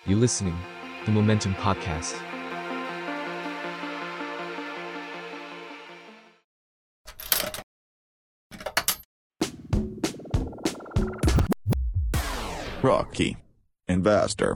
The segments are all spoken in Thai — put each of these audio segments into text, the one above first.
You're listening the Momentum Podcast. Rocky Investor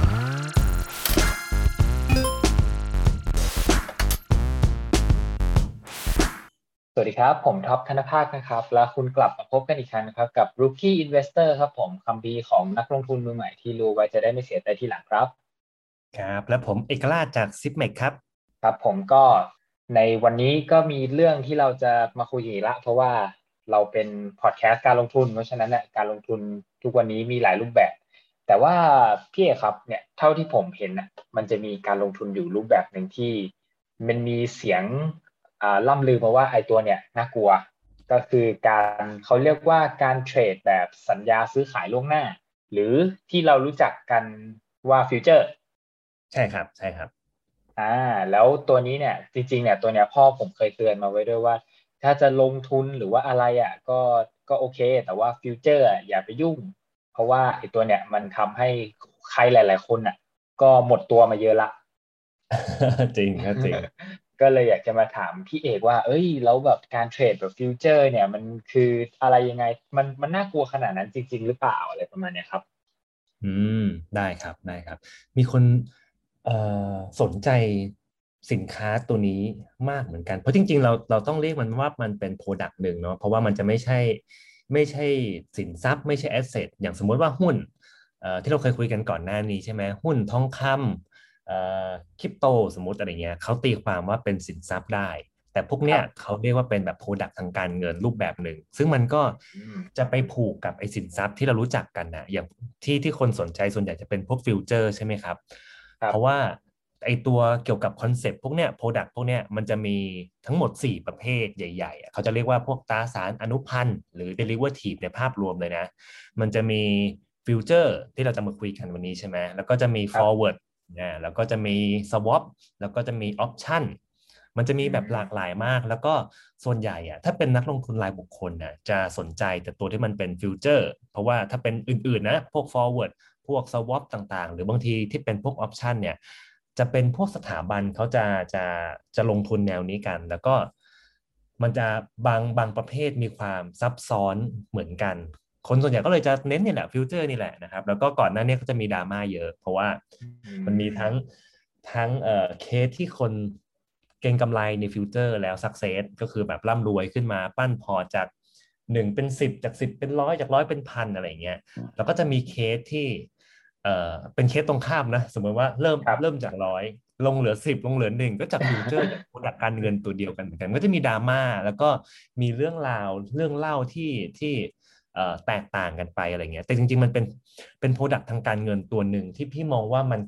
สวัสดีครับผมท็อปธนภาคนะครับและคุณกลับมาพบกันอีกครั้งนะครับกับ Rookie Investor ครับผมคัมภีร์ของนักลงทุนมือใหม่ที่รู้ไว้จะได้ไม่เสียใจทีหลังครับครับและผมเอกราชจากซิปเมกครับครับผมก็ในวันนี้ก็มีเรื่องที่เราจะมาคุยกันละเพราะว่าเราเป็นพอดแคสต์การลงทุนเพราะฉะนั้นเนี่ยการลงทุนทุกวันนี้มีหลายรูปแบบแต่ว่าพี่เอกครับเนี่ยเท่าที่ผมเห็นนะมันจะมีการลงทุนอยู่รูปแบบหนึ่งที่มันมีเสียงล่ำลือมาว่าไอ้ตัวเนี่ยน่ากลัวก็คือการเขาเรียกว่าการเทรดแบบสัญญาซื้อขายล่วงหน้าหรือที่เรารู้จักกันว่าฟิวเจอร์ใช่ครับใช่ครับแล้วตัวนี้เนี่ยจริงๆเนี่ยตัวเนี้ยพ่อผมเคยเตือนมาไว้ด้วยว่าถ้าจะลงทุนหรือว่าอะไรก็โอเคแต่ว่าฟิวเจอร์อย่าไปยุ่งเพราะว่าไอ้ตัวเนี่ยมันทำให้ใครหลายๆคนก็หมดตัวมาเยอะละจริงครับจริงก็เลยอยากจะมาถามพี่เอกว่าเอ้ยแล้วแบบการเทรดแบบฟิวเจอร์เนี่ยมันคืออะไรยังไงมันน่ากลัวขนาดนั้นจริงๆหรือเปล่าอะไรประมาณเนี้ยครับอืมได้ครับได้ครับมีคนสนใจสินค้าตัวนี้มากเหมือนกันเพราะจริงๆเราต้องเรียกมันว่ามันเป็นโปรดักต์หนึ่งเนาะเพราะว่ามันจะไม่ใช่สินทรัพย์ไม่ใช่แอสเซทอย่างสมมติว่าหุ้นที่เราเคยคุยกันก่อนหน้านี้ใช่ไหมหุ้นทองคำคริปโตสมมติอะไรเงี้ยเขาตีความว่าเป็นสินทรัพย์ได้แต่พวกครัเนี้ยบเขาเรียกว่าเป็นแบบโปรดักต์ทางการเงินรูปแบบหนึ่งซึ่งมันก็อืมจะไปผูกกับไอ้สินทรัพย์ที่เรารู้จักกันนะอย่างที่คนสนใจส่วนใหญ่จะเป็นพวกฟิวเจอร์ใช่ไหมครับครับเพราะว่าไอ้ตัวเกี่ยวกับคอนเซปต์พวกเนี้ยโปรดักต์พวกเนี้ยมันจะมีทั้งหมด4ประเภทใหญ่ๆเขาจะเรียกว่าพวกตราสารอนุพันธ์หรือ derivative ในภาพรวมเลยนะมันจะมีฟิวเจอร์ที่เราจะมาคุยกันวันนี้ใช่ไหมแล้วก็จะมีครับ forward แล้วก็จะมี swap แล้วก็จะมี option มันจะมีอืแบบหลากหมลายมากแล้วก็ส่วนใหญ่ถ้าเป็นนักลงทุนรายบุคคลจะสนใจแต่ตัวที่มันเป็นฟิวเจอร์เพราะว่าถ้าเป็นอื่นๆนะพวก forward พวก swap ต่างๆหรือบางทีที่เป็นพวก option เนี่ยจะเป็นพวกสถาบันเขาจะลงทุนแนวนี้กันแล้วก็มันจะบางประเภทมีความซับซ้อนเหมือนกันคนส่วนใหญ่ก็เลยจะเน้นเนี่ยแหละฟิวเจอร์นี่แหละนะครับแล้วก็ก่อนหน้านี้ก็จะมีดราม่าเยอะเพราะว่าอืมันมีทั้งเคสที่คนเก็งกำไรในฟิวเจอร์แล้วสักเซสก็คือแบบร่ำรวยขึ้นมาปั้นพอร์ตจาก1 เป็น 10จาก10 เป็น 100จาก100เป็นพันอะไรเงี้ยแล้วก็จะมีเคสที่เป็นเคสตรงข้ามนะสมมติว่าเริ่มครับเริ่มจาก100ลงเหลือ10ลงเหลือ1ก็จากฟิวเจอร์จากโปรดักการเงินตัวเดียวกันเหมือนกันก็จะมีดราม่าแล้วก็มีเรื่องราวเรื่องเล่าที่แตกต่างกันไปอะไรเงี้ยแต่จริงๆมันเป็นโปรดักทางการเงินตัวหนึ่งที่พี่มองว่ามัน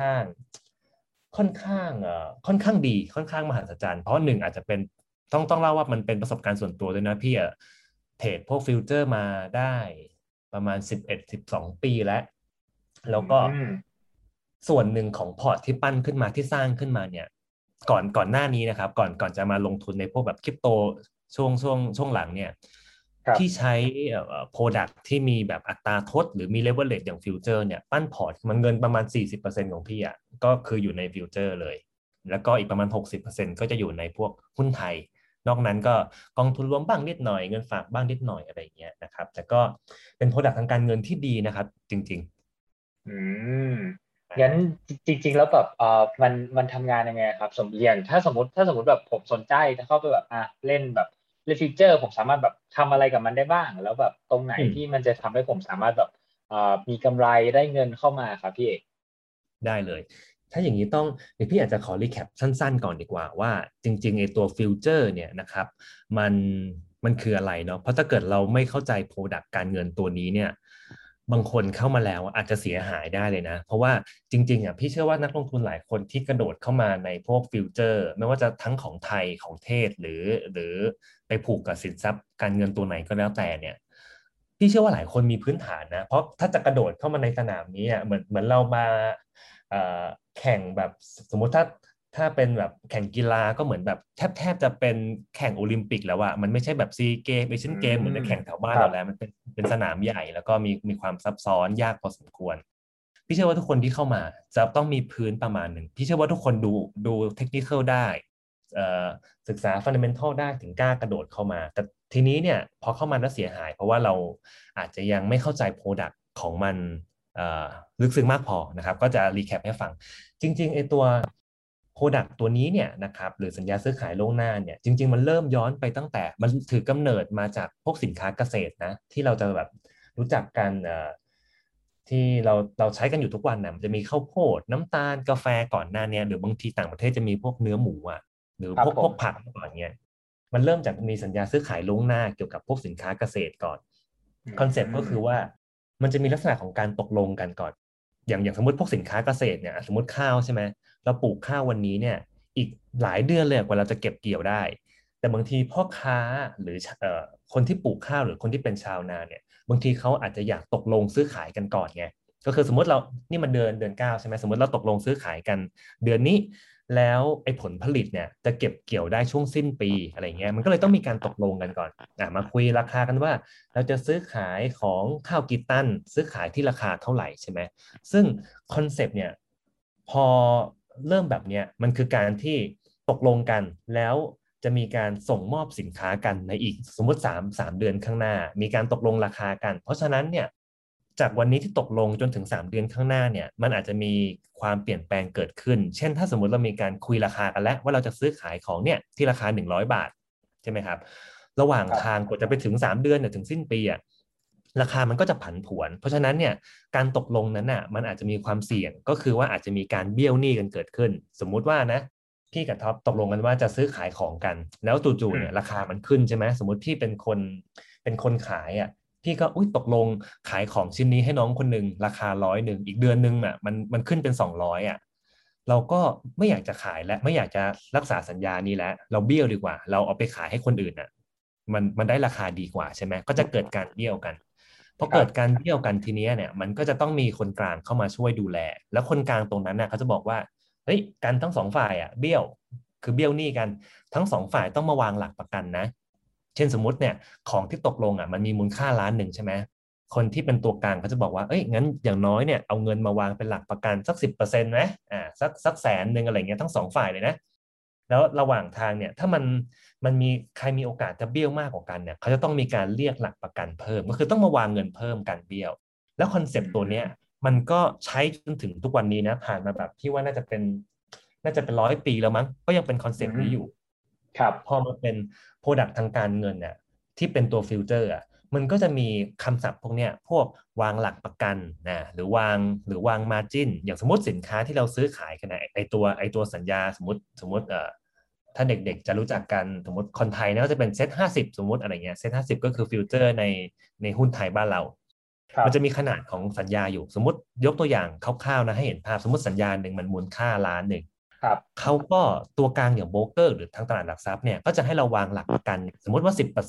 ค่อนข้างดีค่อนข้างมหัศจรรย์เพราะหนึ่งอาจจะเป็นต้องเล่าว่ามันเป็นประสบการณ์ส่วนตัวด้วยนะพี่เทรดพวกฟิวเจอร์มาได้ประมาณ11-12 ปีแล้วก็อืมส่วนหนึ่งของพอร์ตที่ปั้นขึ้นมาที่สร้างขึ้นมาเนี่ยก่อนหน้านี้นะครับก่อนจะมาลงทุนในพวกแบบคริปโตช่วงหลังเนี่ยครับพี่ใช้โปรดักที่มีแบบอัตราทดหรือมีเลเวลเล อย่างฟิวเจอร์เนี่ยปั้นพอร์ตมันเงินประมาณ40%ของพี่ก็คืออยู่ในฟิวเจอร์เลยแล้วก็อีกประมาณ60%ก็จะอยู่ในพวกหุ้นไทยนอกนั้นก็กองทุนรวมบ้างนิดหน่อยเงินฝากบ้างนิดหน่อยอะไรอย่างเงี้ยนะครับแต่ก็เป็นโปรดักทางการเงินที่ดีนะครับจริงอืมงั้นจริงๆแล้วแบบมันทำงานยังไงครับอย่างถ้าสมมติแบบผมสนใจจะเข้าไปแบบเล่นฟีเจอร์ผมสามารถแบบทำอะไรกับมันได้บ้างแล้วแบบตรงไหนๆที่มันจะทำให้ผมสามารถแบบมีกำไรได้เงินเข้ามาครับพี่เอกได้เลยถ้าอย่างนี้เดี๋ยวพี่อาจจะขอรีแคปสั้นๆก่อนดีกว่าว่าจริงๆไอ้ตัวฟิวเจอร์เนี่ยนะครับมันมันคืออะไรเนาะเพราะถ้าเกิดเราไม่เข้าใจโปรดักต์การเงินตัวนี้เนี่ยบางคนเข้ามาแล้วอาจจะเสียหายได้เลยนะเพราะว่าจริงๆพี่เชื่อว่านักลงทุนหลายคนที่กระโดดเข้ามาในพวกฟิวเจอร์ไม่ว่าจะทั้งของไทยของเทศหรือไปผูกกับสินทรัพย์การเงินตัวไหนก็แล้วแต่เนี่ยพี่เชื่อว่าหลายคนมีพื้นฐานนะเพราะถ้าจะกระโดดเข้ามาในสนามนี้เหมือนเรามา เอ่อแข่งแบบสมมุติถ้าเป็นแบบแข่งกีฬาก็เหมือนแบบแทบจะเป็นแข่งโอลิมปิกแล้วอะมันไม่ใช่แบบซีเกมเอเชีอืยนเกมเหมือนมในแข่งแถวบ้าครับนเราแล้วมันเป็นสนามใหญ่แล้วก็มีความซับซ้อนยากพอสมควรพี่เชื่อว่าทุกคนที่เข้ามาจะต้องมีพื้นประมาณหนึ่งพี่เชื่อว่าทุกคนดูเทคนิคได้ศึกษาฟันดัเมนทัลได้ถึงกล้ากระโดดเข้ามาแต่ทีนี้เนี่ยพอเข้ามาแล้วเสียหายเพราะว่าเราอาจจะยังไม่เข้าใจ Product ของมันลึกซึ้งมากพอนะครับก็จะรีแคปให้ฟังจริงๆไอตัว Product ตัวนี้เนี่ยนะครับหรือสัญญาซื้อขายล่วงหน้าเนี่ยจริงๆมันเริ่มย้อนไปตั้งแต่มันถือกำเนิดมาจากพวกสินค้าเกษตรนะที่เราจะแบบรู้จักกันที่เราใช้กันอยู่ทุกวันนะมันจะมีข้าวโพดน้ำตาลกาแฟก่อนหน้านี้หรือบางทีต่างประเทศจะมีพวกเนื้อหมูอ่ะหรือพวกผักก่อนเนี้ยมันเริ่มจากมีสัญญาซื้อขายล่วงหน้าเกี่ยวกับพวกสินค้าเกษตรก่อนคอนเซ็ปต์ก็คือว่ามันจะมีลักษณะของการตกลงกันก่อนอย่างสมมติพวกสินค้าเกษตรเนี่ยสมมติข้าวใช่ไหมเราปลูกข้าววันนี้เนี่ยอีกหลายเดือนเลยกว่าเราจะเก็บเกี่ยวได้แต่บางทีพ่อค้าหรือคนที่ปลูกข้าวหรือคนที่เป็นชาวนาเนี่ยบางทีเขาอาจจะอยากตกลงซื้อขายกันก่อนไงก็คือสมมติเรานี่มันเดือน9ใช่ไหมสมมติเราตกลงซื้อขายกันเดือนนี้แล้วไอ้ผลผลิตเนี่ยจะเก็บเกี่ยวได้ช่วงสิ้นปีอะไรเงี้ยมันก็เลยต้องมีการตกลงกันก่อนมาคุยราคากันว่าเราจะซื้อขายของข้าวกี่ตันซื้อขายที่ราคาเท่าไหร่ใช่ไหมซึ่งคอนเซปต์เนี่ยพอเริ่มแบบเนี้ยมันคือการที่ตกลงกันแล้วจะมีการส่งมอบสินค้ากันในอีกสมมติ3เดือนข้างหน้ามีการตกลงราคากันเพราะฉะนั้นเนี่ยจากวันนี้ที่ตกลงจนถึง3เดือนข้างหน้าเนี่ยมันอาจจะมีความเปลี่ยนแปลงเกิดขึ้นเช่นถ้าสมมติเรามีการคุยราคากันแล้วว่าเราจะซื้อขายของเนี่ยที่ราคา100 บาทใช่ไหมครับระหว่างทางกว่าจะไปถึง3เดือนถึงสิ้นปีราคามันก็จะผันผวนเพราะฉะนั้นเนี่ยการตกลงนั้นน่ะมันอาจจะมีความเสี่ยงก็คือว่าอาจจะมีการเบี้ยวหนี้กันเกิดขึ้นสมมุติว่านะพี่กับท็อปตกลงกันว่าจะซื้อขายของกันแล้วจู่ๆเนี่ยราคามันขึ้นใช่ไหมสมมติพี่เป็นคนขายพี่ก็ตกลงขายของชิ้นนี้ให้น้องคนหนึ่งราคา100อีกเดือนนึงมันขึ้นเป็น200เราก็ไม่อยากจะขายและไม่อยากจะรักษาสัญญานี้แล้วเราเบี้ยวดีกว่าเราเอาไปขายให้คนอื่นมันได้ราคาดีกว่าใช่ไหมก็จะเกิดการเบี้ยวกันพอเกิดการเบี้ยวกันทีนี้เนี่ยมันก็จะต้องมีคนกลางเข้ามาช่วยดูแลแล้วคนกลางตรงนั้นเขาจะบอกว่าเฮ้ยกันทั้ง2 ฝ่ายเบี้ยวคือเบี้ยวหนี้กันทั้ง2 ฝ่ายต้องมาวางหลักประกันนะเช่นสมมติเนี่ยของที่ตกลงมันมีมูลค่า1,000,000ใช่ไหมคนที่เป็นตัวกลางเขาจะบอกว่าเอ้ยงั้นอย่างน้อยเนี่ยเอาเงินมาวางเป็นหลักประกันสัก10%ไหมสัก100,000อะไรเงี้ยทั้ง2 ฝ่ายเลยนะแล้วระหว่างทางเนี่ยถ้ามันมีใครมีโอกาสจะเบี้ยวมากกว่ากันเนี่ยเขาจะต้องมีการเรียกหลักประกันเพิ่มก็คือต้องมาวางเงินเพิ่มกันเบี้ยวแล้วคอนเซปต์ตัวเนี้ยมันก็ใช้จนถึงทุกวันนี้นะผ่านมาแบบที่ว่าน่าจะเป็น100 ปีแล้วมั้งก็ยังเป็นคอนเซปต์นี้อยู่ครับพอมาเป็นโปรดักต์ทางการเงินที่เป็นตัวฟิวเจอร์มันก็จะมีคำศัพท์พวกเนี้ยพวกวางหลักประกันนะหรือวางมาร์จิ้นอย่างสมมติสินค้าที่เราซื้อขายกันไอตัวสัญญาสมมติถ้าเด็กๆจะรู้จักกันสมมติคนไทยก็จะเป็นเซ็ต50สมมติอะไรเงี้ยเซ็ต50ก็คือฟิวเจอร์ในหุ้นไทยบ้านเรามันจะมีขนาดของสัญญาอยู่สมมติยกตัวอย่างคร่าวๆนะให้เห็นภาพสมมติสัญญาหนึ่งมันมูลค่า1,000,000เขาก็ตัวกลางอย่างโบรกเกอร์หรือทางตลาดหลักทรัพย์เนี่ยก็จะให้เราวางหลักประกันสมมติว่า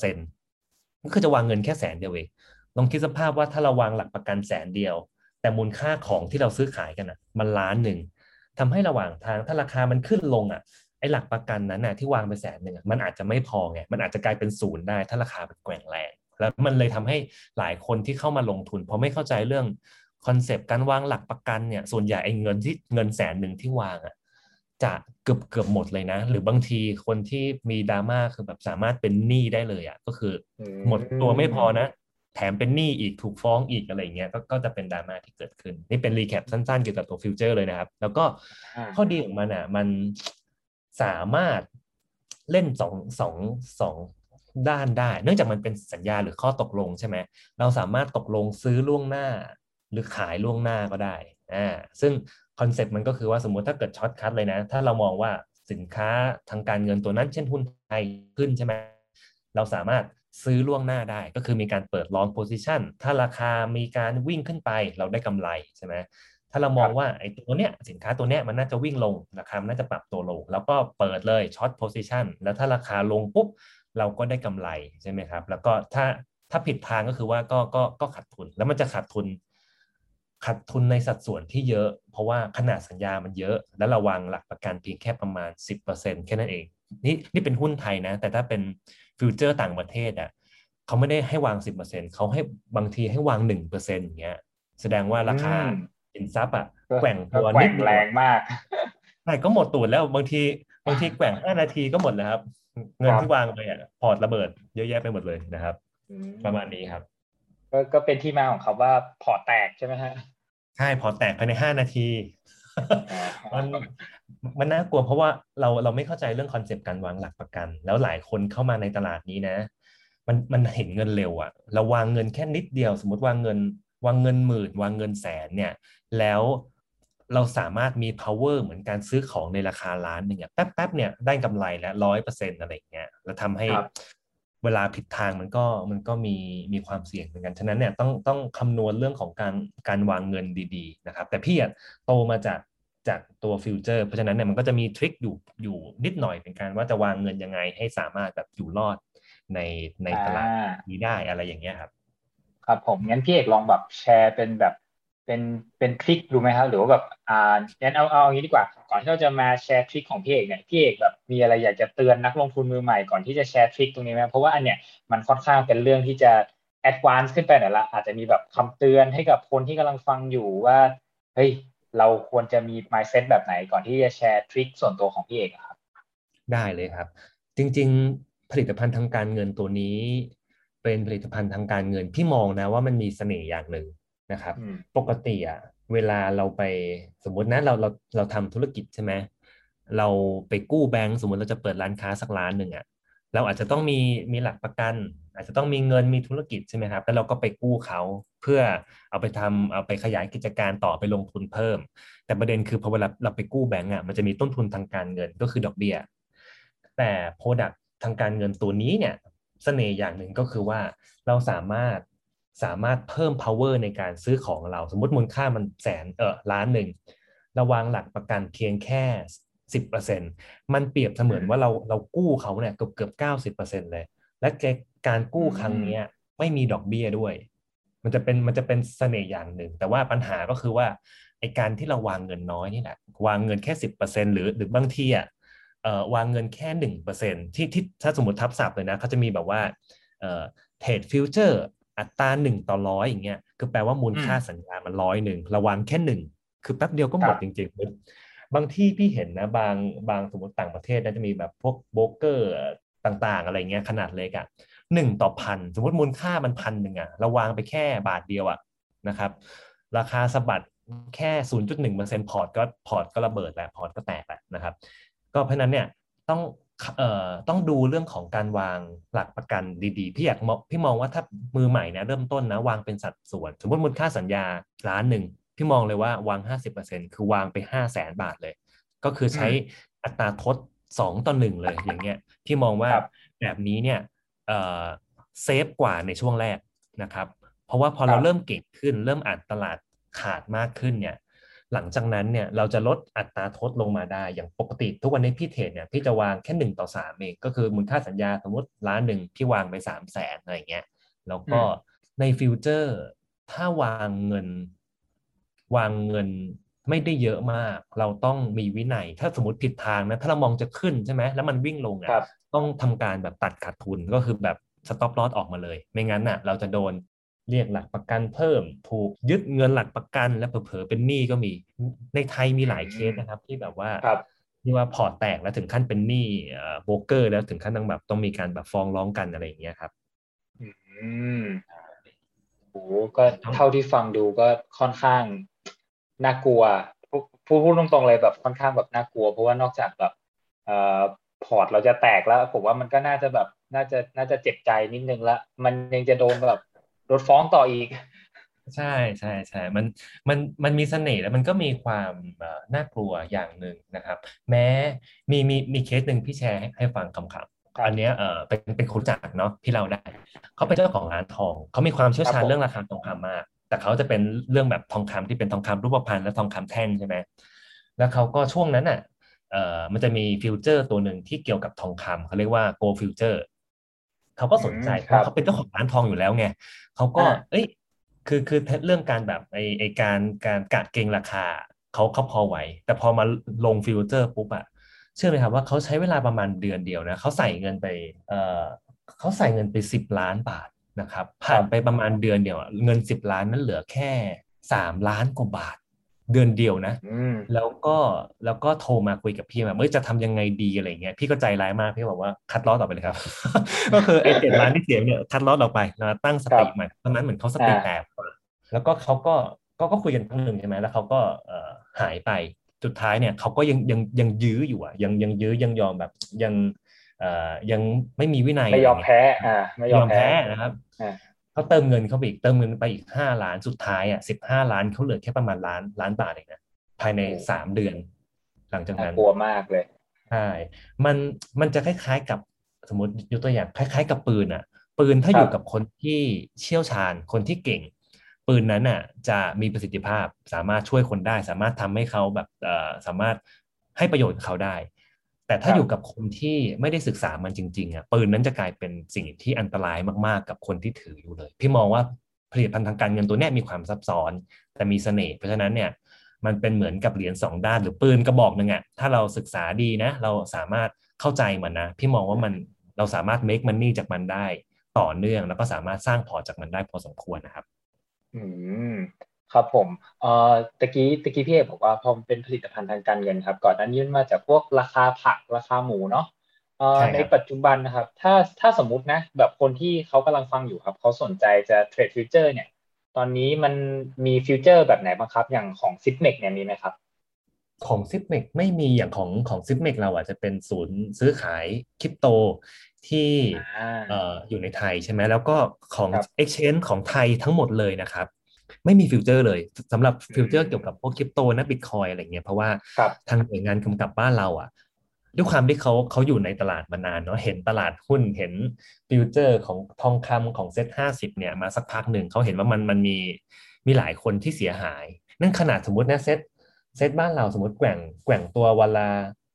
10%ก็คือจะวางเงินแค่100,000เดียวเองลองคิดสภาพว่าถ้าเราวางหลักประกัน100,000เดียวแต่มูลค่าของที่เราซื้อขายกันมัน1,000,000ทำให้ระหว่างทางถ้าราคามันขึ้นลงไอ้หลักประกันนั้นที่วางไป100,000มันอาจจะไม่พอไงมันอาจจะกลายเป็น0ได้ถ้าราคามันแกว่งแรงแล้วมันเลยทำให้หลายคนที่เข้ามาลงทุนเพราะไม่เข้าใจเรื่องคอนเซปต์การวางหลักประกันเนี่ยส่วนใหญ่ไอ้เงิน100,000ที่วางจะเกือบหมดเลยนะหรือบางทีคนที่มีดราม่าคือแบบสามารถเป็นหนี้ได้เลยก็คือหมดตัวไม่พอนะแถมเป็นหนี้อีกถูกฟ้องอีกอะไรเงี้ยก็จะเป็นดราม่าที่เกิดขึ้นนี่เป็นรีแคปสั้นๆเกี่ยวกับตัวฟิวเจอร์เลยนะครับแล้วก็ข้อดีของมันมันสามารถเล่นสองด้านได้เนื่องจากมันเป็นสัญญาหรือข้อตกลงใช่ไหมเราสามารถตกลงซื้อล่วงหน้าหรือขายล่วงหน้าก็ได้ซึ่งคอนเซ็ปต์มันก็คือว่าสมมุติถ้าเกิดช็อตคัทเลยนะถ้าเรามองว่าสินค้าทางการเงินตัวนั้นเช่นหุ้นไทยขึ้นใช่ไหมเราสามารถซื้อล่วงหน้าได้ก็คือมีการเปิดลองโพซิชันถ้าราคามีการวิ่งขึ้นไปเราได้กำไรใช่ไหมถ้าเรามองว่าไอ้ตัวเนี้ยสินค้าตัวเนี้ยมันน่าจะวิ่งลงราคามันน่าจะปรับตัวลงแล้วก็เปิดเลยช็อตโพซิชันแล้วถ้าราคาลงปุ๊บเราก็ได้กำไรใช่ไหมครับแล้วก็ถ้าผิดทางก็คือว่าก็ขาดทุนแล้วมันจะขาดทุนในสัดส่วนที่เยอะเพราะว่าขนาดสัญญามันเยอะแล้วเราวางหลักประกันเพียงแค่ประมาณ 10% แค่นั้นเองนี่เป็นหุ้นไทยนะแต่ถ้าเป็นฟิวเจอร์ต่างประเทศเขาไม่ได้ให้วาง 10% เขาให้บางทีให้วาง 1% อย่างเงี้ยแสดงว่าราคาสินทรัพย์อ่ะก็แกว่งตัวก็แกว่งแรนิดเดียวงมากใช่ก็หมดตูดแล้วบางทีแกว่ง5 นาทีก็หมดแล้วครับเงินที่วางครับไปอ่ะพอร์ตระเบิดเยอะแยะไปหมดเลยนะครับอืประมาณมนี้ครับก็เป็นที่มาของคำว่าพอร์ตแตกใช่ไหมฮะใช่พอร์ตแตกภายใน5 นาทีอ๋มันอมันน่ากลัวเพราะว่าเราไม่เข้าใจเรื่องคอนเซปต์การวางหลักประกันแล้วหลายคนเข้ามาในตลาดนี้นะมันเห็นเงินเร็วอ่ะเราวางเงินแค่นิดเดียวสมมติวางเงินหมื่นวางเงินแสนเนี่ยแล้วเราสามารถมี power เหมือนการซื้อของในราคาล้านหนึ่งอ่ะแป๊บเนี่ยได้กำไรแล้ว100%อะไรอย่างเงี้ยแล้วทำให้ครับเวลาผิดทางมันก็มีความเสี่ยงเหมือนกันฉะนั้นเนี่ยต้องคำนวณเรื่องของการวางเงินดีๆนะครับแต่พี่อะโตมาจากตัวฟิวเจอร์เพราะฉะนั้นเนี่ยมันก็จะมีทริคอยู่นิดหน่อยเป็นการว่าจะวางเงินยังไงให้สามารถแบบอยู่รอดในในอ่ตลาดานี้ได้อะไรอย่างเงี้ยครับครับผมงั้นพี่เอกลองแบบแชร์เป็นแบบเป็นเป็นทริคดูไหมครับหรือว่าแบบงั้นเอาอย่างนี้ดีกว่าก่อนที่เราจะมาแชร์ทริคของพี่เอกเนี่ยพี่เอกแบบมีอะไรอยากจะเตือนนักลงทุนมือใหม่ก่อนที่จะแชร์ทริคตรงนี้ไหมเพราะว่าอันเนี้ยมันค่อนข้างเป็นเรื่องที่จะแอดวานซ์ขึ้นไปหน่อยละอาจจะมีแบบคำเตือนให้กับคนที่กำลังฟังอยู่ว่าเฮ้ยเราควรจะมี mindset แบบไหนก่อนที่จะแชร์ทริคส่วนตัวของพี่เอกอะครับได้เลยครับจริงๆผลิตภัณฑ์ทางการเงินตัวนี้เป็นผลิตภัณฑ์ทางการเงินพี่มองนะว่ามันมีเสน่ห์อย่างหนึ่งนะครับอืมปกติอะเวลาเราไปสมมตินะเราทำธุรกิจใช่ไหมเราไปกู้แบงก์สมมติเราจะเปิดร้านค้าสักร้านหนึ่งอะเราอาจจะต้องมีหลักประกันอาจจะต้องมีเงินมีธุรกิจใช่ไหมครับแล้วเราก็ไปกู้เขาเพื่อเอาไปขยายกิจการต่อไปลงทุนเพิ่ม แต่ประเด็นคือพอเวลาเราไปกู้แบงก์อ่ะมันจะมีต้นทุนทางการเงินก็คือดอกเบี้ยแต่ Product ทางการเงินตัวนี้เนี่ยเสน่ห์อย่างหนึ่งก็คือว่าเราสามารถเพิ่ม power ในการซื้อของเราสมมติมูลค่ามันล้านหนึ่งเราวางหลักประกันเพียงแค่10%มันเปรียบเสมือนว่าเรากู้เขาเนี่ยเกือบ90%เลยและการอืกู้ครั้งมเนี้ยไม่มีดอกเบี้ยด้วยมันจะเป็นเสน่ห์อย่างหนึ่งแต่ว่าปัญหาก็คือว่าไอการที่เราวางเงินน้อยนี่แหละวางเงินแค่10%หรือบางทีอ่ะวางเงินแค่1%ที่ถ้าสมมติทับศัพท์เลยนะเขาจะมีแบบว่าเทรดฟิวเจอร์อัตรา1 ต่อ 100อย่างเงี้ยคือแปลว่ามูลอืมค่าสัญญามัน100เราวางแค่หนึ่งคือแป๊บเดียวก็หมดจครับริงๆบางที่พี่เห็นนะบางสมมติต่างประเทศนะจะมีแบบพวกโบรกเกอร์ต่างๆอะไรเงี้ยขนาดเล็กอ่ะ1 ต่อ 1,000สมมติมูลค่ามัน1,100อ่ะเราวางไปแค่บาทเดียวอ่ะนะครับราคาสะบัดแค่0.1%พอร์ตก็ระเบิดแล้วพอร์ตก็แตกแล้วนะครับก็เพราะนั้นเนี่ยต้องต้องดูเรื่องของการวางหลักประกันดีๆพี่มองว่าถ้ามือใหม่นะเริ่มต้นนะวางเป็นสัดส่วนสมมติมูลค่าสัญญา1,000,000พี่มองเลยว่าวาง50%คือวางไป500,000 บาทเลยก็คือใช้อืมอัตราทด2 ต่อ 1เลยอย่างเงี้ยพี่มองว่าครับแบบนี้เนี่ยเอ่อเซฟกว่าในช่วงแรกนะครับเพราะว่าพอเราเริ่มครับเก่งขึ้นเริ่มอ่านตลาดขาดมากขึ้นเนี่ยหลังจากนั้นเนี่ยเราจะลดอัตราทดลงมาได้อย่างปกติทุกวันนี้พี่เทรดเนี่ยพี่จะวางแค่1 ต่อ 3เองก็คือมูลค่าสัญญาสมมติ1,000,000พี่วางไป300,000อะไรอย่างเงี้ยแล้วก็อืมในฟิวเจอร์ถ้าวางเงินไม่ได้เยอะมากเราต้องมีวินัยถ้าสมมติผิดทางนะถ้าเรามองจะขึ้นใช่ไหมแล้วมันวิ่งลงอ่ะครับต้องทำการแบบตัดขาดทุนก็คือแบบ stop loss ออกมาเลยไม่งั้นน่ะเราจะโดนเรียกหลักประกันเพิ่มถูกยึดเงินหลักประกันและเผลอๆเป็นหนี้ก็มีในไทยมีอืหลายเคมสนะครับที่แบบว่าครับที่ว่าพอร์ตแตกแล้วถึงขั้นเป็นหนี้โบรกเกอร์แล้วถึงขั้นต้องแบบต้องมีการแบบฟ้องร้องกันอะไรอย่างเงี้ยครับอืมโหก็เท่าที่ฟังดูก็ค่อนข้างน่ากลัวพูดตรงๆเลยแบบค่อนข้างแบบน่ากลัวเพราะว่านอกจากแบบเอ่อพอร์ตเราจะแตกแล้วผมว่ามันก็น่าจะแบบน่าจะเจ็บใจนิดนึงละมันยังจะโดนแบบโดนฟ้องต่ออีกใช่ใช่ใช่มันมีเสน่ห์แล้วมันก็มีความน่ากลัวอย่างหนึ่งนะครับแม้มีเคสหนึ่งพี่แชร์ให้ฟังคำครัๆอันเนี้ยบเป็นคนรู้จักเนาะที่เราได้เขาเป็นเจ้าของร้านทองเขามีความเชี่ยวชาญครับผมเรื่องราคาทองคำมากแต่เขาจะเป็นเรื่องแบบทองคำที่เป็นทองคำรูปพรรณและทองคำแท่งใช่ไหมแล้วเขาก็ช่วงนั้นอ่ะมันจะมีฟิวเจอร์ตัวหนึ่งที่เกี่ยวกับทองคำเขาเรียกว่า Gold Future เขาก็อืมสนใจเพครับราะเขาเป็นเจ้าของร้านทองอยู่แล้วไงเขาก็เอ้ย คือเรื่องการแบบการกะเก็งราคาเขาพอไหวแต่พอมาลงฟิวเจอร์ปุ๊บอะเชื่อไหมครับว่าเขาใช้เวลาประมาณเดือนเดียวนะเอ่อเขาใส่เงินไป10 ล้านบาทนะครับคผ่านไปรับประมาณเดือนเดียวอะเงิน10 ล้านนั้นเหลือแค่3 ล้านกว่าบาทเดือนเดียวนะอืมแล้วก็แล้วก็โทรมาคุยกับพี่แบบจะทำยังไงดีอะไรเงี้ยพี่ก็ใจร้ายมากพี่บอกว่าคัดลอสออกไปเลยครับก็คือไอ้7 ล้านที่เสียเนี่ยคัดลอสออกไปนะตั้งสครับติใหม่ตอนนั้นเหมือนเขาสติแตกอ่าแล้วก็เขาก็คุยกันครั้งหนึ่งใช่ไหมแล้วเขาก็หายไปสุดท้ายเนี่ยเขาก็ยังยื้ออยู่อ่ะยังยื้อยังยอมแบบยังยังไม่มีวินัยอะไรเงี้ยไม่ยอมแพ้ไม่ยอมแพ้ยอมแพ้นะครับอ่าเขาเติมเงินเขาไปอีกเติมเงินไปอีก5 ล้านสุดท้ายอ่ะ15 ล้านเขาเหลือแค่ประมาณล้านบาทเองนะภายในโอ้ 3 เดือนหลังจากนั้นน่ากลัวมากเลยใช่มันมันจะคล้ายๆกับสมมติยกตัวอย่างคล้ายๆกับปืนอ่ะปืนถ้าครับอยู่กับคนที่เชี่ยวชาญคนที่เก่งปืนนั้นอ่ะจะมีประสิทธิภาพสามารถช่วยคนได้สามารถทำให้เขาแบบสามารถให้ประโยชน์กับเขาได้แต่คถ้ารับอยู่กับคนที่ไม่ได้ศึกษามันจริงๆอ่ะปืนนั้นจะกลายเป็นสิ่งที่อันตรายมากๆกับคนที่ถืออยู่เลยพี่มองว่าผลิตภัณฑ์ทางการเงินตัวเนี้ยมีความซับซ้อนแต่มีเสน่ห์เพราะฉะนั้นเนี่ย มันเป็นเหมือนกับเหรียญ2 ด้านหรือปืนกระบอกหนึ่งอ่ะถ้าเราศึกษาดีนะเราสามารถเข้าใจมันนะพี่มองว่ามันเราสามารถ make money จากมันได้ต่อเนื่องแล้วก็สามารถสร้างพอร์ตจากมันได้พอสมควรนะครับอืมครับผมตะกี้พี่เอกบอกว่าพอมันเป็นผลิตภัณฑ์ทางการเงินครับก่อนหน้านี้มันมาจากพวกราคาผักราคาหมูเนาะในใช่ครับปัจจุบันนะครับถ้าสมมุตินะแบบคนที่เขากำลังฟังอยู่ครับเขาสนใจจะเทรดฟิวเจอร์เนี่ยตอนนี้มันมีฟิวเจอร์แบบไหนบ้างครับอย่างของซิปเมกเนี่ยมีไหมครับของซิปเมกไม่มีอย่างของซิปเมกเราอ่ะจะเป็นศูนย์ซื้อขายคริปโตที่อ่าอยู่ในไทยใช่ไหมแล้วก็ของครับ Exchange ของไทยทั้งหมดเลยนะครับไม่มีฟิวเจอร์เลยสำหรับอืฟิวเจอร์เกี่ยวกับพมวกคริปโตนะบิตคอยอะไรเงี้ยเพราะว่าครับทางหน่วยงานกำกับบ้านเราอ่ะด้วยความที่เขาอยู่ในตลาดมานานเนาะเห็นตลาดหุ้นเห็นฟิวเจอร์ของทองคำของเซ็ต 50เนี่ยมาสักพักหนึ่งเขาเห็นว่ามันมีหลายคนที่เสียหายนั่นขนาดสมมตินะเซ็ตบ้านเราสมมติแกว่งตัววันละ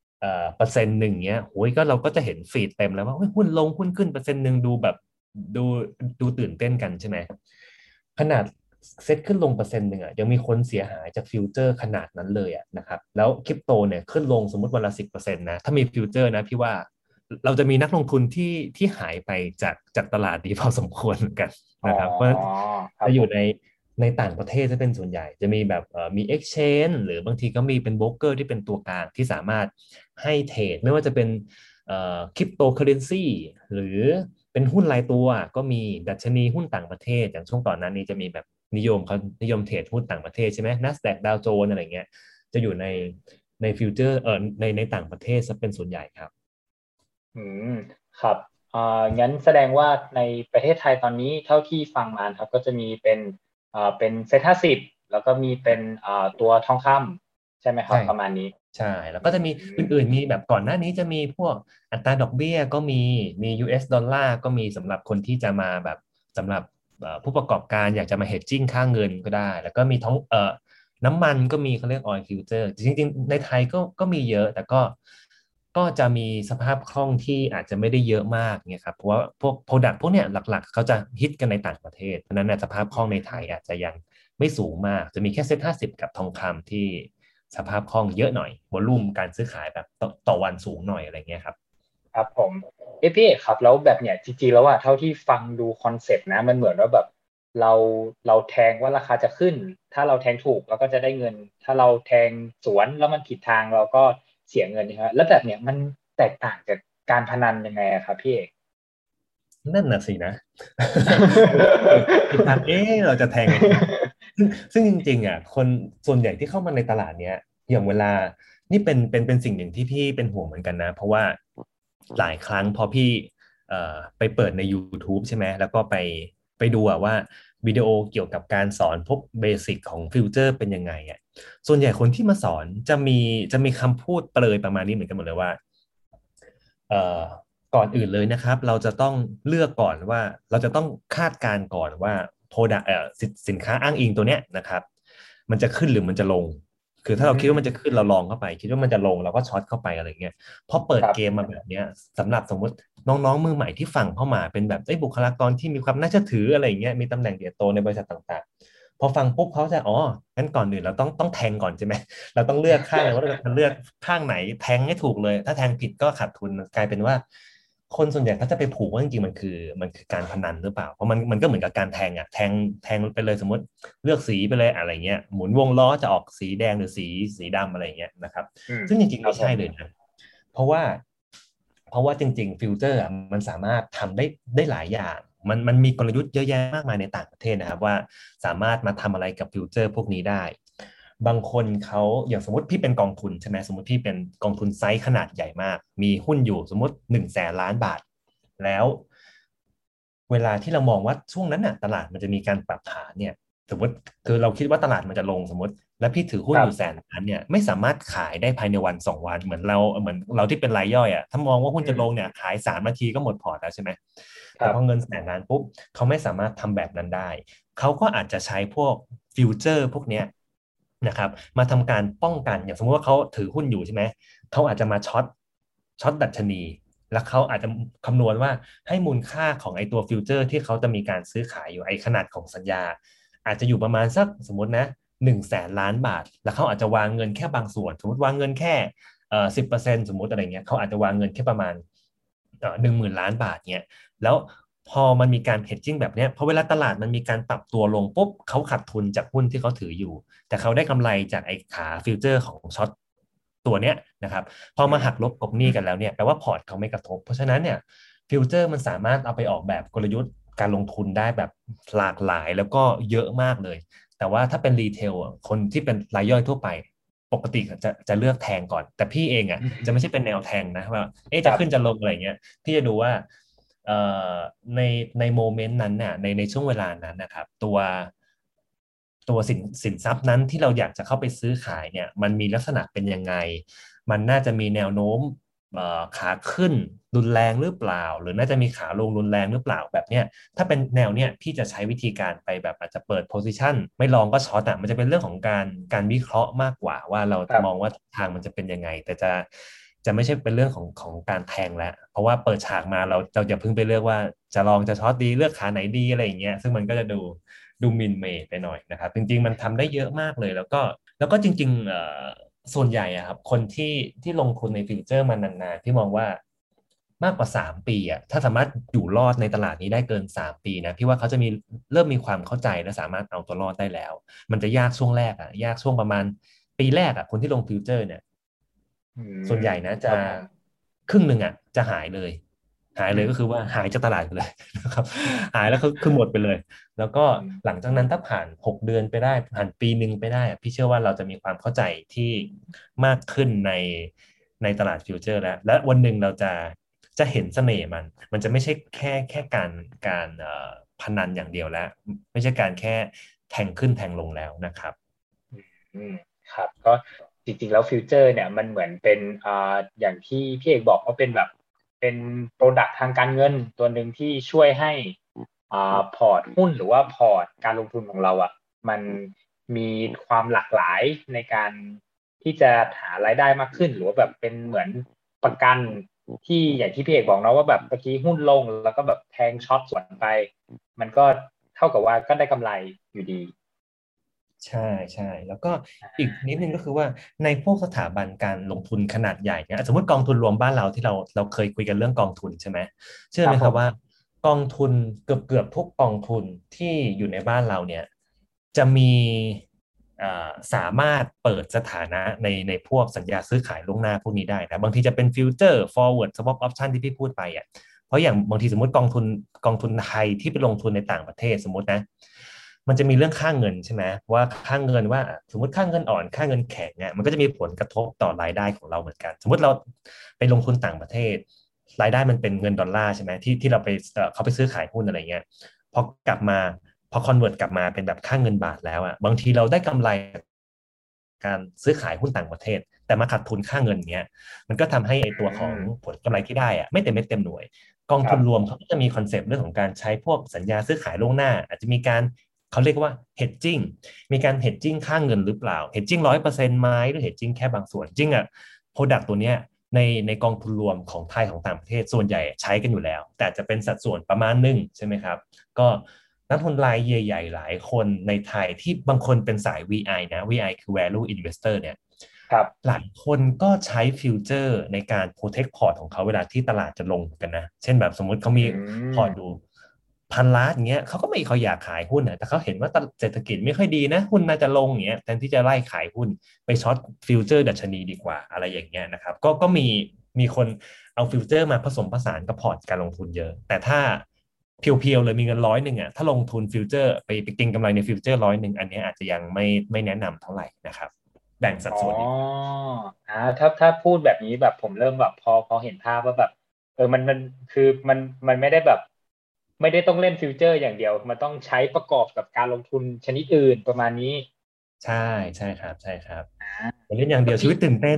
1%เงี้ยโอ้ยก็เราก็จะเห็นฟีดเต็มแล้วว่าเฮ้ยหุ้นลงหุ้นขึ้น1%ดูแบบดูดูตื่นเต้นกันใช่ไหมขนาดเซ็ตขึ้นลง1%อ่ะยังมีคนเสียหายจากฟิวเจอร์ขนาดนั้นเลยอ่ะนะครับแล้วคริปโตเนี่ยขึ้นลงสมมติวันละ10%นะถ้ามีฟิวเจอร์นะพี่ว่าเราจะมีนักลงทุนที่หายไปจากตลาดดีพอสมควรเหมือนกันอ๋อนะครับเพราะฉะนั้นครับผมจะอยู่ในต่างประเทศจะเป็นส่วนใหญ่จะมีแบบมี exchange หรือบางทีก็มีเป็นโบรกเกอร์ที่เป็นตัวกลางที่สามารถให้เทรดไม่ว่าจะเป็นคริปโตเคอเรนซีหรือเป็นหุ้นรายตัวก็มีดัชนีหุ้นต่างประเทศอย่างช่วงก่อนหน้านี้จะมีแบบเขานิยมเทรดหุ้นต่างประเทศใช่ไหม NASDAQ ดาวโจนส์อะไรเงี้ยจะอยู่ในฟิวเจอร์ในต่างประเทศซะเป็นส่วนใหญ่ครับอืมครับงั้นแสดงว่าในประเทศไทยตอนนี้เท่าที่ฟังมาครับก็จะมีเป็นเซ็ต50แล้วก็มีเป็นตัวทองคำใช่ไหมครับใช่ประมาณนี้ใช่แล้วอืก็จะมีมอื่นๆมีแบบก่อนหน้านี้จะมีพวกอัตราดอกเบี้ยก็มี US ดอลลาร์ก็มีสำหรับคนที่จะมาแบบสำหรับผู้ประกอบการอยากจะมา hedging ค่าเงินก็ได้แล้วก็มีท้องน้ำมันก็มีเขาเรียก oil future จริงๆในไทยก็มีเยอะแต่ก็จะมีสภาพคล่องที่อาจจะไม่ได้เยอะมากเนี่ยครับเพราะว่าพวก product พวกเนี้ยหลักๆเขาจะฮิตกันในต่างประเทศเพราะฉะนั้นเนยสภาพคอืล่องในไทยอามจจะยังไม่สูงมากจะมีแค่เซ็ต 50กับทองคำที่ สภาพคล่องเยอะหน่อยวอลุ่มการซื้อขายแบบต่อวันสูงหน่อยอะไรเงี้ยครับครับผมพี่เอกครับแล้วแบบเนี้ยจริงๆแล้วเท่าที่ฟังดูคอนเซ็ปต์นะมันเหมือนว่าแบบเราเราแทงว่าราคาจะขึ้นถ้าเราแทงถูกเราก็จะได้เงินถ้าเราแทงสวนแล้วมันผิดทางเราก็เสียเงินนะครับแล้วแบบเนี้ยมันแตกต่างจากการพนันยังไงอะครับพี่เอกนั่นน่ะสินะอีกทางเราจะแทงกันซึ่งจริงๆอ่ะคนส่วนใหญ่ที่เข้ามาในตลาดเนี้ยอย่างเวลานี่เป็นสิ่งหนึ่งที่พี่เป็นห่วงเหมือนกันนะเพราะว่าหลายครั้งพอพี่ไปเปิดใน YouTube ใช่ไหมแล้วก็ไปดูว่าวิดีโอเกี่ยวกับการสอนพวกเบสิกของฟิวเจอร์เป็นยังไงอ่ะส่วนใหญ่คนที่มาสอนจะมีคำพูดเปรยประมาณนี้เหมือนกันหมดเลยว่าเอ่อ ก่อนอื่นเลยนะครับเราจะต้องเลือกก่อนว่าเราจะต้องคาดการณ์ก่อนว่า product สินค้าอ้างอิงตัวเนี้ยนะครับมันจะขึ้นหรือมันจะลงคืออืถ้าเราคิดว่ามันจะมขึ้นเราลองเข้าไปคิดว่ามันจะลงเราก็ช็อตเข้าไปอะไรเงี้ยพอเปิดเกมครับมาแบบเนี้ยสำหรับสมมติน้องๆมือใหม่ที่ฟังเข้ามาเป็นแบบบุคลากรที่มีความน่าเชื่อถืออะไรเงี้ยมีตำแหน่งใหญ่โตในบริษัทต่างๆพอฟังปุ๊บเขาจะงั้นก่อนอื่นเราต้องแทงก่อนใช่ไหมเราต้องเลือกข้างเลยว่าเราจะเลือกข้างไหนแทงให้ถูกเลยถ้าแทงผิดก็ขาดทุนกลายเป็นว่าคนส่วนใหญ่ก็จะไปผูกว่าจริงๆมันคือการพนันหรือเปล่าเพราะมันก็เหมือนกับการแทงอ่ะแทงไปเลยสมมติเลือกสีไปเลยอะไรเงี้ยหมุนวงล้อจะออกสีแดงหรือสีดำอะไรเงี้ยนะครับซึ่งจริงๆไม่ครับผมใช่เลยนะเพราะว่าเพราะว่าจริงๆฟิลเตอร์อ่ะมันสามารถทำได้หลายอย่างมันมีกลยุทธ์เยอะแยะมากมายในต่างประเทศนะครับว่าสามารถมาทำอะไรกับฟิลเตอร์พวกนี้ได้บางคนเขาอย่างสมมติพี่เป็นกองทุนใช่ไหมสมมติพี่เป็นกองทุนไซส์ขนาดใหญ่มากมีหุ้นอยู่สมมติ100,000,000,000 บาทแล้วเวลาที่เรามองว่าช่วงนั้นน่ะตลาดมันจะมีการปรับฐานเนี่ยสมมติคือเราคิดว่าตลาดมันจะลงสมมติแล้วพี่ถือหุ้นอยู่100,000,000,000เนี่ยไม่สามารถขายได้ภายในวัน2 วันเหมือนเราที่เป็นรายย่อยอ่ะถ้ามองว่าหุ้นจะลงเนี่ยขาย3 นาทีก็หมดพอร์ตแล้วใช่ไหมแต่พอเงิน100,000,000,000ปุ๊บเขาไม่สามารถทำแบบนั้นได้เขาก็อาจจะใช้พวกฟิวเจอร์พวกเนี้ยนะครับมาทำการป้องกันอย่างสมมติว่าเขาถือหุ้นอยู่ใช่ไหมเขาอาจจะมาช็อตดัชนี แล้วเขาอาจจะคำนวณว่าให้มูลค่าของไอตัวฟิวเจอร์ที่เขาจะมีการซื้อขายอยู่ไอขนาดของสัญญาอาจจะอยู่ประมาณสักสมมตินะ100,000,000,000 บาทแล้วเขาอาจจะวางเงินแค่บางส่วนสมมติวางเงินแค่10%สมมติอะไรเงี้ยเขาอาจจะวางเงินแค่ประมาณ10,000,000,000 บาทเนี้ยแล้วพอมันมีการเฮดจิ้งแบบเนี้ยพอเวลาตลาดมันมีการปรับตัวลงปุ๊บเขาขาดทุนจากหุ้นที่เขาถืออยู่แต่เขาได้กำไรจากไอ้ขาฟิวเจอร์ของช็อตตัวเนี้ยนะครับ พอมาหักลบกบหนี้กันแล้วเนี่ยแปลว่าพอร์ตเขาไม่กระทบเพราะฉะนั้นเนี่ยฟิวเจอร์มันสามารถเอาไปออกแบบกลยุทธ์การลงทุนได้แบบหลากหลายแล้วก็เยอะมากเลยแต่ว่าถ้าเป็นรีเทลคนที่เป็นรายย่อยทั่วไปปกติจะเลือกแทงก่อนแต่พี่เองอ่ะจะไม่ใช่เป็นแนวแทงนะว่าจะขึ้นจะลงอะไรเงี้ยพี่จะดูว่าเอ่อในในโมเมนต์นั้นเนี่ยในช่วงเวลานั้นนะครับตัวสินทรัพย์นั้นที่เราอยากจะเข้าไปซื้อขายเนี่ยมันมีลักษณะเป็นยังไง มันน่าจะมีแนวโน้มขาขึ้นรุนแรงหรือเปล่าหรือน่าจะมีขาลงรุนแรงหรือเปล่าแบบเนี้ยถ้าเป็นแนวเนี้ยพี่จะใช้วิธีการไปแบบอาจจะเปิดโพซิชันไม่ลองก็ช็อตอ่ะมันจะเป็นเรื่องของการวิเคราะห์มากกว่าว่าเราครับมองว่าทางมันจะเป็นยังไงแต่จะไม่ใช่เป็นเรื่องของการแทงแล้วเพราะว่าเปิดฉากมาเราอย่าเพิ่งไปเลือกว่าจะลองจะช็อตดีเลือกขาไหนดีอะไรอย่างเงี้ยซึ่งมันก็จะดูมินเมย์ไปหน่อยนะครับจริงๆมันทำได้เยอะมากเลยแล้วก็จริงๆส่วนใหญ่อะครับคนที่ลงทุนในฟิวเจอร์มานานๆที่มองว่ามากกว่า3 ปีอะถ้าสามารถอยู่รอดในตลาดนี้ได้เกิน3 ปีนะพี่ว่าเขาจะเริ่มมีความเข้าใจและสามารถเอาตัวรอดได้แล้วมันจะยากช่วงแรกอะยากช่วงประมาณปีแรกอะคนที่ลงฟิวเจอร์เนี่ยอืส่วนใหญ่นะคจะรับผมครึ่งหนึ่งอะจะหายเลยหายเลยก็คือว่าหายจากตลาดไปเลยนะครับหายแล้วคือหมดไปเลย แล้วก็หลังจากนั้นถ้าผ่าน6 เดือนไปได้ผ่านปีหนึ่งไปได้พี่เชื่อว่าเราจะมีความเข้าใจที่มากขึ้นในตลาดฟิวเจอร์และวันหนึ่งเราจะเห็นเสน่ห์มันจะไม่ใช่แค่การพนันอย่างเดียวแล้วไม่ใช่การแค่แทงขึ้นแทงลงแล้วนะครับอืมครับก็จริงๆแล้วฟิวเจอร์เนี่ยมันเหมือนเป็นอย่างที่พี่เอกบอกว่าเป็นแบบเป็นโปรดักต์ทางการเงินตัวหนึ่งที่ช่วยให้พอร์ตหุ้นหรือว่าพอร์ตการลงทุนของเราอ่ะมันมีความหลากหลายในการที่จะหารายได้มากขึ้นหรือว่าแบบเป็นเหมือนประกันที่อย่างที่พี่เอกบอกเนาะว่าแบบเมื่อกี้หุ้นลงแล้วก็แบบแทงช็อตสวนไปมันก็เท่ากับว่าก็ได้กำไรอยู่ดีใช่ใช่แล้วก็อีกนิดนึงก็คือว่าในพวกสถาบันการลงทุนขนาดใหญ่เนี่ยสมมติกองทุนรวมบ้านเราที่เราเคยคุยกันเรื่องกองทุนใช่ไหมเชื่คอรับผมไหมครับว่ากองทุนเกือบทุกกองทุนที่อยู่ในบ้านเราเนี่ยจะมีสามารถเปิดสถานะในพวกสัญญาซื้อขายล่วงหน้าพวกนี้ได้นะบางทีจะเป็นฟิวเจอร์ฟอร์เวิร์ดสวอปออปชันที่พี่พูดไปอ่ะเพราะอย่างบางทีสมมติกองทุนไทยที่ไปลงทุนในต่างประเทศสมมตินะมันจะมีเรื่องค่าเงินใช่ไหมว่าค่าเงินว่าสมมติค่าเงินอ่อนค่าเงินแข็งเนี่ยมันก็จะมีผลกระทบต่อรายได้ของเราเหมือนกันสมมติเราไปลงทุนต่างประเทศรายได้มันเป็นเงินดอลลาร์ใช่ไหมที่เราไปเขาไปซื้อขายหุ้นอะไรเงี้ยพอกลับมาพอคอนเวิร์ตกลับมาเป็นแบบค่าเงินบาทแล้วอ่ะบางทีเราได้กำไรการซื้อขายหุ้นต่างประเทศแต่มาขาดทุนค่าเงินเงี้ยมันก็ทำให้ไอตัวของอืมผลกำไรที่ได้อะไม่เต็มเม็ดเต็มหน่วย กองทุนรวมครับเขาก็จะมีคอนเซปต์เรื่องของการใช้พวกสัญญาซื้อขายล่วงหน้าอาจจะมีการเขาเรียกว่า hedging มีการ hedging ค่าเงินหรือเปล่า hedging100%ไหมหรือ hedging แค่บางส่วนจริงอ่ะ product ตัวเนี้ยในกองทุนรวมของไทยของต่างประเทศส่วนใหญ่ใช้กันอยู่แล้วแต่จะเป็นสัดส่วนประมาณหนึ่งใช่ไหมครับก็นักทุนรายใหญ่ๆหลายคนในไทยที่บางคนเป็นสาย VI นะ VI คือ value investor เนี่ยครับหลายคนก็ใช้ฟิวเจอร์ในการ protect พอร์ตของเขาเวลาที่ตลาดจะลงกันนะเช่นแบบสมมุติเขามีอืพอร์ตมอยู่1,000 ล้านอย่างเงี้ยเขาก็ไม่เขาอยากขายหุ้นนะแต่เขาเห็นว่าเศรษฐกิจไม่ค่อยดีนะหุ้นน่าจะลงอย่างเงี้ยแทนที่จะไล่ขายหุ้นไปช็อตฟิวเจอร์ดัชนีดีกว่าอะไรอย่างเงี้ยนะครับก็มีคนเอาฟิวเจอร์มาผสมผสานกับพอร์ตการลงทุนเยอะแต่ถ้าเพียวๆเลยมีเงิน100อ่ะถ้าลงทุนฟิวเจอร์ไปเก็งกำไรในฟิวเจอร์100อันนี้อาจจะยังไม่แนะนำเท่าไหร่นะครับแบ่งสัดอ๋อส่วนดีกว่าถ้าพูดแบบนี้แบบผมเริ่มแบบพอเห็นภาพว่าแบบมันคือมันไม่ได้แบบไม่ได้ต้องเล่นฟิวเจอร์อย่างเดียวมันต้องใช้ประกอบกับการลงทุนชนิดอื่นประมาณนี้ใช่ใช่ครับใช่ครับอย่าเล่นอย่างเดียวชีแล้วพี่วิตตื่นเต้น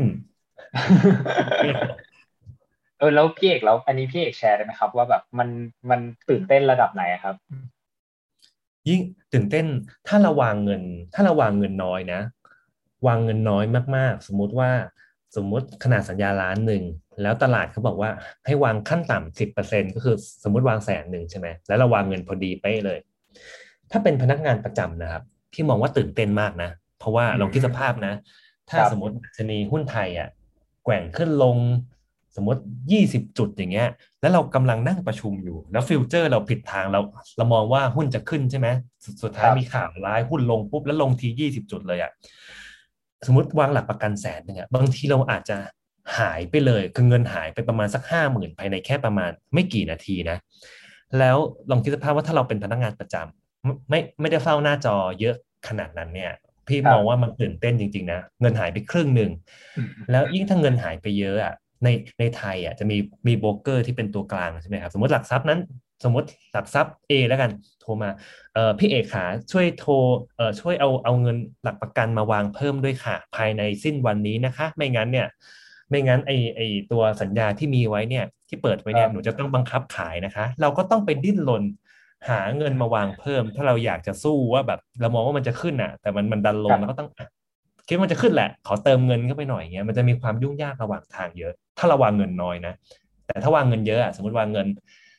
แล้วพี่เอกแล้วอันนี้พี่เอกแชร์ได้ไหมครับว่าแบบมันตื่นเต้นระดับไหนอะครับยิ่งตื่นเต้นถ้าเราวางเงินถ้าเราวางเงินน้อยนะวางเงินน้อยมากๆสมมุติขนาดสัญญา1,000,000แล้วตลาดเขาบอกว่าให้วางขั้นต่ำ10%ก็คือสมมุติวาง100,000ใช่ไหมแล้วเราวางเงินพอดีเป๊ะเลยถ้าเป็นพนักงานประจำนะครับพี่มองว่าตื่นเต้นมากนะเพราะว่าอืลองคิดสภาพมนะคถ้ารับสมมติดัชนีหุ้นไทยอ่ะแกว่งขึ้นลงสมมติ20 จุดอย่างเงี้ย แล้วเรากำลังนั่งประชุมอยู่แล้วฟิวเจอร์เราผิดทางเรามองว่าหุ้นจะขึ้นใช่ไหมสุดคท้ายรับมีข่าวร้ายหุ้นลงปุ๊บแล้วลงที20 จุดเลยอ่ะสมมติวางหลักประกัน100,000อ่ะบางทีเราอาจจะหายไปเลยคือเงินหายไปประมาณสัก50,000ภายในแค่ประมาณไม่กี่นาทีนะแล้วลองคิดสภาพว่าถ้าเราเป็นพนักงานประจำไม่ได้เฝ้าหน้าจอเยอะขนาดนั้นเนี่ยพี่ครับมองว่ามันตื่นเต้นจริงๆนะเงินหายไปครึ่งหนึ่งอืมแล้วยิ่งถ้าเงินหายไปเยอะอ่ะ ในไทยอ่ะจะมีโบรกเกอร์ที่เป็นตัวกลางใช่ไหมครับสมมติหลักทรัพย์นั้นสมมติหลักทรัพย์ A แล้วกันโทรมาพี่เอกขาช่วยโทรช่วยเอาเงินหลักประกันมาวางเพิ่มด้วยค่ะภายในสิ้นวันนี้นะคะไม่งั้นไอตัวสัญญาที่มีไว้เนี่ยที่เปิดไว้ครับเนี่ยหนูจะต้องบังคับขายนะคะเราก็ต้องไปดิ้นรนหาเงินมาวางเพิ่มถ้าเราอยากจะสู้ว่าแบบเรามองว่ามันจะขึ้นอ่ะแต่มันดันลครับงแล้วก็ต้อง คิดว่ามันจะขึ้นแหละขอเติมเงินเข้าไปหน่อยเงี้ยมันจะมีความยุ่งยากระหว่างทางเยอะถ้าเราวางเงินน้อยนะแต่ถ้าวางเงินเยอะอะสมมติวางเงิน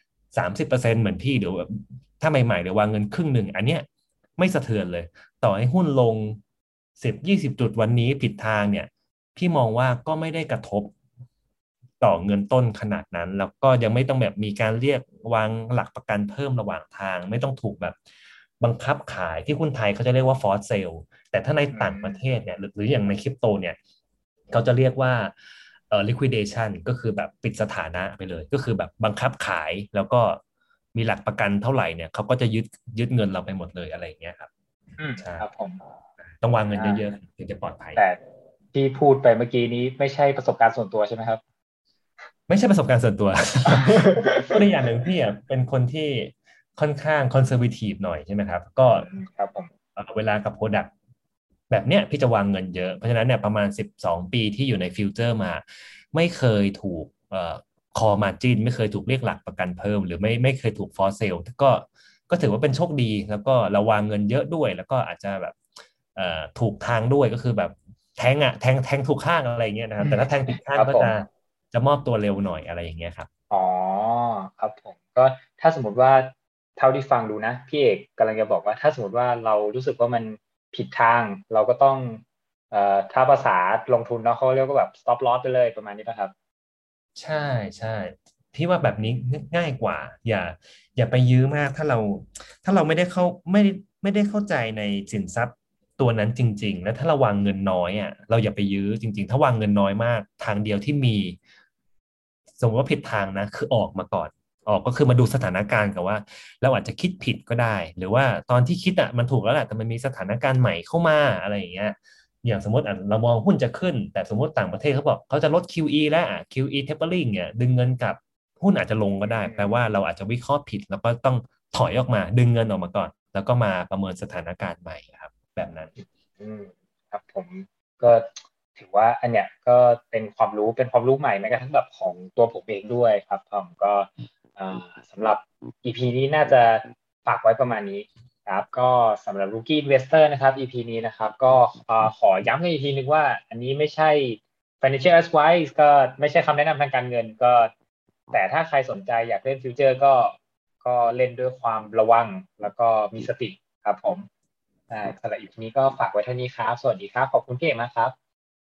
30%เหมือนพี่หรือแบบถ้าใหม่ๆหรือวางเงินครึ่งหนึ่งอันเนี้ยไม่สะเทือนเลยต่อให้หุ้นลง10-20 จุดวันนี้ผิดทางเนี่ยพี่มองว่าก็ไม่ได้กระทบต่อเงินต้นขนาดนั้นแล้วก็ยังไม่ต้องแบบมีการเรียกวางหลักประกันเพิ่มระหว่างทางไม่ต้องถูกแบบบังคับขายที่หุ้นไทยเขาจะเรียกว่าฟอร์สเซล แต่ถ้าในอืต่างประเทมศเนี่ยหรืออย่างในคริปโตเนี่ยเขาจะเรียกว่าliquidation ก็คือแบบปิดสถานะไปเลยก็คือแบบบังคับขายแล้วก็มีหลักประกันเท่าไหร่เนี่ยเขาก็จะยึดเงินเราไปหมดเลยอะไรอย่างเงี้ยครับใช่ครับผมต้องวางเงินอ่าเยอะๆถึงจะปลอดภัยแต่ที่พูดไปเมื่อกี้นี้ไม่ใช่ประสบการณ์ส่วนตัวใช่ไหมครับไม่ใช่ประสบการณ์ส่วนตัวก็ในอย่างหนึ่งพี่อ่ะเป็นคนที่ค่อนข้างคอนเซอร์ t ทีฟหน่อยใช่ไหมครับก็ครับผมเวลากับโปรดักต์แบบเนี้ยพี่จะวางเงินเยอะเพราะฉะนั้นเนี่ยประมาณ12 ปีที่อยู่ในฟิวเจอร์มาไม่เคยถูกคอมาจินไม่เคยถูกเรียกหลักประกันเพิ่มหรือไม่เคยถูกฟอร์เซลก็ถือว่าเป็นโชคดีแล้วก็เราวางเงินเยอะด้วยแล้วก็อาจจะแบบถูกทางด้วยก็คือแบบแทงถูกข้างอะไรเงี้ยนะครับแต่ถ้าแทงผิดคข้างรับผมก็จะมอบตัวเร็วหน่อยอะไรอย่างเงี้ยครับอ๋อครับผมก็ถ้าสมมติว่าเท่าที่ฟังดูนะพี่เอกกำลังจะบอกว่าถ้าสมมติว่าเรารู้สึกว่ามันผิดทางเราก็ต้องถ้าภาษาลงทุนเนาะเขาเรียกว่าแบบ stop loss ไปเลยประมาณนี้ป่ะครับใช่ใช่พี่ว่าแบบนี้ง่ายกว่าอย่าไปยื้อมากถ้าเราไม่ได้เข้าใจในสินทรัพย์ตัวนั้นจริงๆแล้วถ้าเราวางเงินน้อยอ่ะเราอย่าไปยื้อจริงๆถ้าวางเงินน้อยมากทางเดียวที่มีสมมติว่าผิดทางนะคือออกมาก่อนออกก็คือมาดูสถานการณ์กับว่าเราอาจจะคิดผิดก็ได้หรือว่าตอนที่คิดอ่ะมันถูกแล้วแหละแต่มันมีสถานการณ์ใหม่เข้ามาอะไรอย่างเงี้ย อย่างสมมติเรามองหุ้นจะขึ้นแต่สมมติต่างประเทศเขาบอกเขาจะลด QE แล้วQE tapering เนี่ยดึงเงินกลับหุ้นอาจจะลงก็ได้แปลว่าเราอาจจะวิเคราะห์ผิดแล้วก็ต้องถอยออกมาดึงเงินออกมาก่อนแล้วก็มาประเมินสถานการณ์ใหม่ครับแบบนั้นอืมครับผมก็ถือว่าอันเนี้ยก็เป็นความรู้ใหม่แม้กระทั่งแบบของตัวผมเองด้วยครับผมก็อ่าสำหรับ EP นี้น่าจะฝากไว้ประมาณนี้ครับก็สำหรับ Rookie Investor นะครับ EP นี้นะครับก็ขอย้ำกันอีกทีนึงว่าอันนี้ไม่ใช่ Financial Advice ก็ไม่ใช่คำแนะนำทางการเงินก็แต่ถ้าใครสนใจอยากเล่นฟิวเจอร์ก็เล่นด้วยความระวังแล้วก็มีสติครับผม ได้สำหรับอีพีนี้ก็ฝากไว้เท่านี้ครับ สวัสดีครับ ขอบคุณพี่เอกมากครับ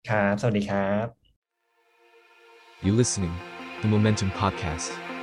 ครับสวัสดีครับ You listening, the Momentum Podcast.